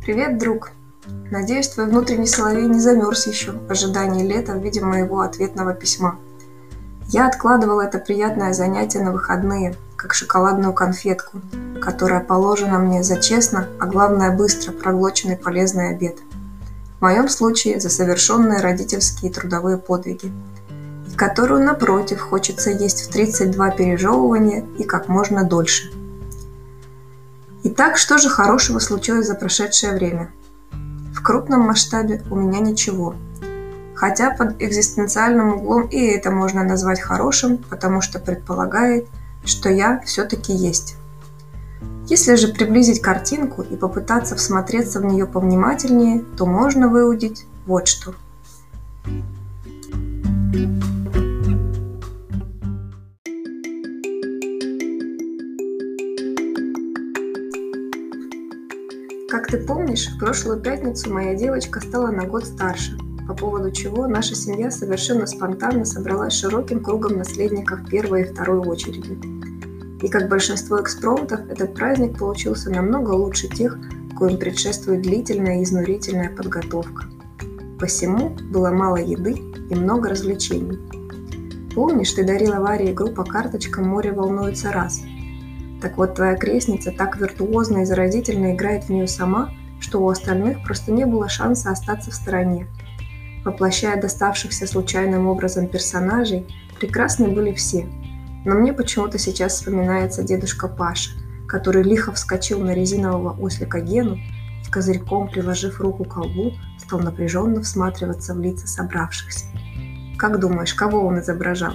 Привет, друг! Надеюсь, твой внутренний соловей не замерз еще в ожидании лета в виде моего ответного письма. Я откладывала это приятное занятие на выходные, как шоколадную конфетку, которая положена мне за честно, а главное быстро проглоченный полезный обед. В моем случае за совершенные родительские трудовые подвиги, и которую, напротив, хочется есть в 32 пережевывания и как можно дольше. Итак, что же хорошего случилось за прошедшее время? В крупном масштабе у меня ничего. Хотя под экзистенциальным углом и это можно назвать хорошим, потому что предполагает, что я все-таки есть. Если же приблизить картинку и попытаться всмотреться в нее повнимательнее, то можно выудить вот что. Как ты помнишь, в прошлую пятницу моя девочка стала на год старше, по поводу чего наша семья совершенно спонтанно собралась широким кругом наследников первой и второй очереди. И как большинство экспромтов, этот праздник получился намного лучше тех, коим предшествует длительная и изнурительная подготовка. Посему было мало еды и много развлечений. Помнишь, ты дарила Варе игру по карточкам «Море волнуется раз». Так вот, твоя крестница так виртуозно и заразительно играет в нее сама, что у остальных просто не было шанса остаться в стороне. Воплощая доставшихся случайным образом персонажей, прекрасны были все. Но мне почему-то сейчас вспоминается дедушка Паша, который лихо вскочил на резинового ослика Гену и, козырьком приложив руку к колбу, стал напряженно всматриваться в лица собравшихся. Как думаешь, кого он изображал?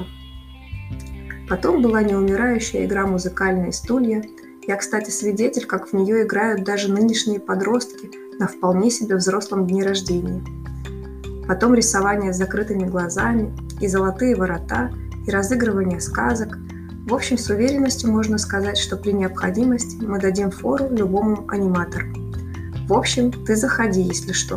Потом была неумирающая игра «Музыкальные стулья». Я, кстати, свидетель, как в нее играют даже нынешние подростки на вполне себе взрослом дне рождения. Потом рисование с закрытыми глазами, и золотые ворота, и разыгрывание сказок. В общем, с уверенностью можно сказать, что при необходимости мы дадим фору любому аниматору. В общем, ты заходи, если что.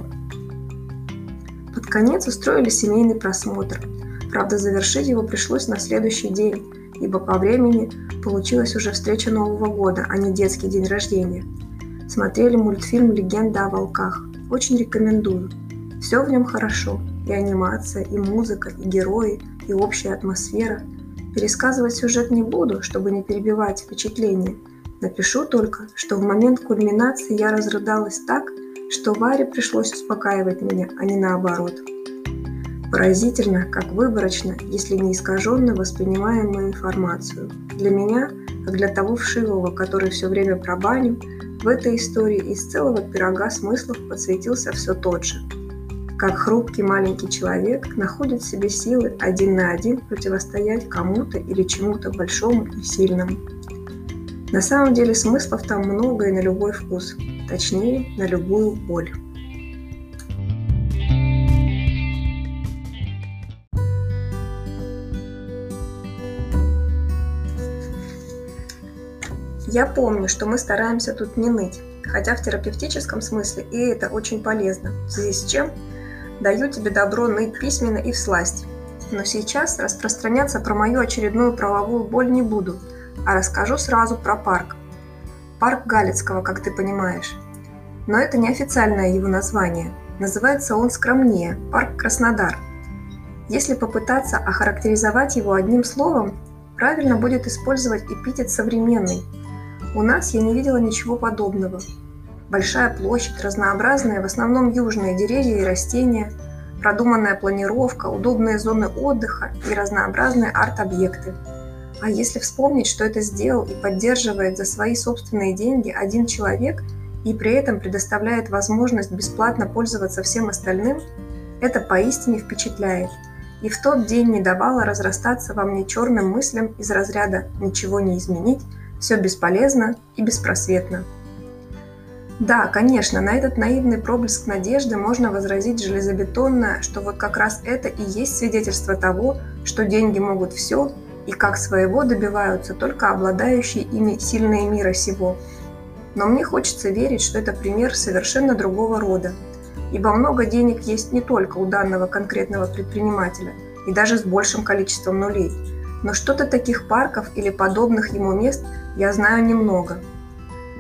Под конец устроили семейный просмотр. Правда, завершить его пришлось на следующий день, ибо по времени получилась уже встреча Нового года, а не детский день рождения. Смотрели мультфильм «Легенда о волках». Очень рекомендую. Все в нем хорошо. И анимация, и музыка, и герои, и общая атмосфера. Пересказывать сюжет не буду, чтобы не перебивать впечатление. Напишу только, что в момент кульминации я разрыдалась так, что Варе пришлось успокаивать меня, а не наоборот. Поразительно, как выборочно, если не искаженно воспринимаем мы информацию. Для меня, как для того вшивого, который все время про баню, в этой истории из целого пирога смыслов подсветился все тот же. Как хрупкий маленький человек находит в себе силы один на один противостоять кому-то или чему-то большому и сильному. На самом деле смыслов там много и на любой вкус, точнее, на любую боль. Я помню, что мы стараемся тут не ныть, хотя в терапевтическом смысле и это очень полезно, в связи с чем даю тебе добро ныть письменно и всласть. Но сейчас распространяться про мою очередную правовую боль не буду, а расскажу сразу про парк. Парк Галицкого, как ты понимаешь. Но это не официальное его название. Называется он скромнее – парк Краснодар. Если попытаться охарактеризовать его одним словом, правильно будет использовать эпитет «современный». У нас я не видела ничего подобного. Большая площадь, разнообразные, в основном южные деревья и растения, продуманная планировка, удобные зоны отдыха и разнообразные арт-объекты. А если вспомнить, что это сделал и поддерживает за свои собственные деньги один человек и при этом предоставляет возможность бесплатно пользоваться всем остальным, это поистине впечатляет. И в тот день не давало разрастаться во мне черным мыслям из разряда «ничего не изменить», «все бесполезно и беспросветно». Да, конечно, на этот наивный проблеск надежды можно возразить железобетонно, что вот как раз это и есть свидетельство того, что деньги могут все, и как своего добиваются только обладающие ими сильные мира сего. Но мне хочется верить, что это пример совершенно другого рода, ибо много денег есть не только у данного конкретного предпринимателя, и даже с большим количеством нулей. Но что-то таких парков или подобных ему мест я знаю немного.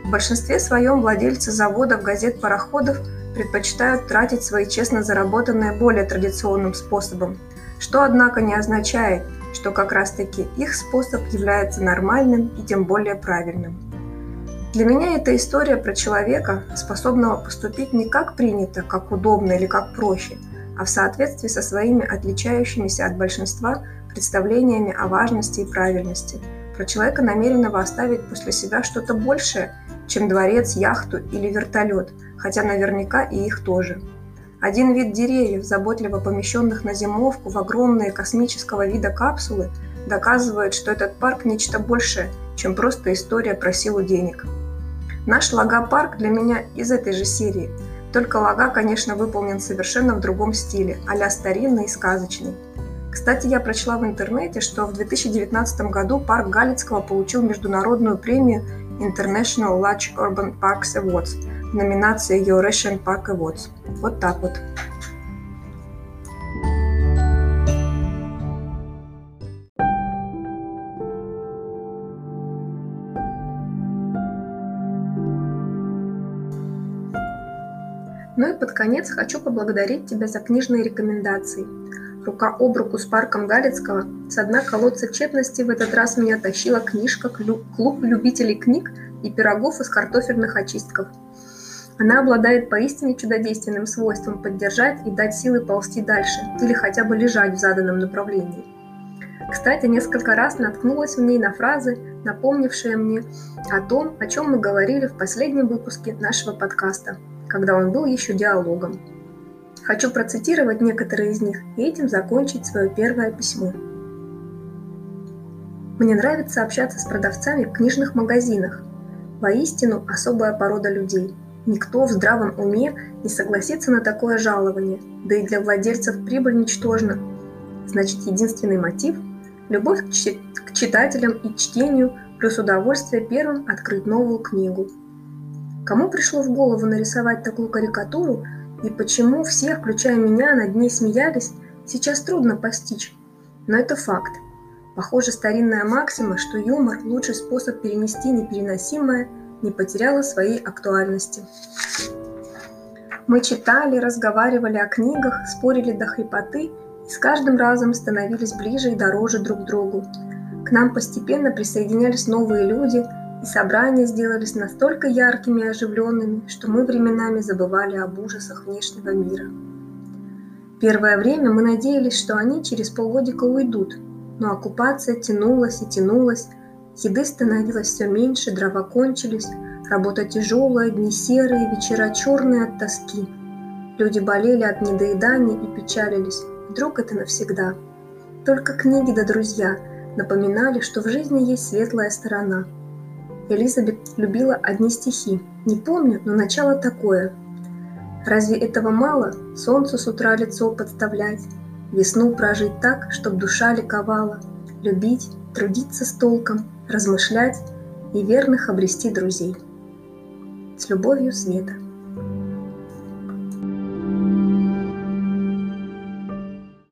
В большинстве своем владельцы заводов, газет, пароходов предпочитают тратить свои честно заработанные более традиционным способом, что, однако, не означает, что как раз-таки их способ является нормальным и тем более правильным. Для меня это история про человека, способного поступить не как принято, как удобно или как проще, а в соответствии со своими отличающимися от большинства представлениями о важности и правильности, про человека, намеренного оставить после себя что-то большее, чем дворец, яхту или вертолет, хотя наверняка и их тоже. Один вид деревьев, заботливо помещенных на зимовку в огромные космического вида капсулы, доказывает, что этот парк нечто большее, чем просто история про силу денег. Наш лого-парк для меня из этой же серии, только лого, конечно, выполнен совершенно в другом стиле, а-ля старинный и сказочный. Кстати, я прочла в интернете, что в 2019 году парк Галицкого получил международную премию International Large Urban Parks Awards в номинации Eurasian Park Awards. Вот так вот. Ну и под конец хочу поблагодарить тебя за книжные рекомендации. Рука об руку с парком Галицкого со дна колодца тщетности в этот раз меня тащила книжка «Клуб любителей книг и пирогов из картофельных очистков». Она обладает поистине чудодейственным свойством поддержать и дать силы ползти дальше или хотя бы лежать в заданном направлении. Кстати, несколько раз наткнулась в ней на фразы, напомнившие мне о том, о чем мы говорили в последнем выпуске нашего подкаста, когда он был еще диалогом. Хочу процитировать некоторые из них и этим закончить свое первое письмо. Мне нравится общаться с продавцами в книжных магазинах. Воистину особая порода людей. Никто в здравом уме не согласится на такое жалование, да и для владельцев прибыль ничтожна. Значит, единственный мотив – любовь к читателям и чтению, плюс удовольствие первым открыть новую книгу. Кому пришло в голову нарисовать такую карикатуру, и почему все, включая меня, над ней смеялись, сейчас трудно постичь. Но это факт. Похоже, старинная максима, что юмор – лучший способ перенести непереносимое, не потеряла своей актуальности. Мы читали, разговаривали о книгах, спорили до хрипоты и с каждым разом становились ближе и дороже друг другу. К нам постепенно присоединялись новые люди, и собрания сделались настолько яркими и оживленными, что мы временами забывали об ужасах внешнего мира. Первое время мы надеялись, что они через полгодика уйдут, но оккупация тянулась и тянулась, еды становилось все меньше, дрова кончились, работа тяжелая, дни серые, вечера черные от тоски. Люди болели от недоедания и печалились, вдруг это навсегда. Только книги да друзья напоминали, что в жизни есть светлая сторона. Элизабет любила одни стихи. Не помню, но начало такое. Разве этого мало? Солнцу с утра лицо подставлять, весну прожить так, чтоб душа ликовала, любить, трудиться с толком, размышлять и верных обрести друзей. С любовью, Света.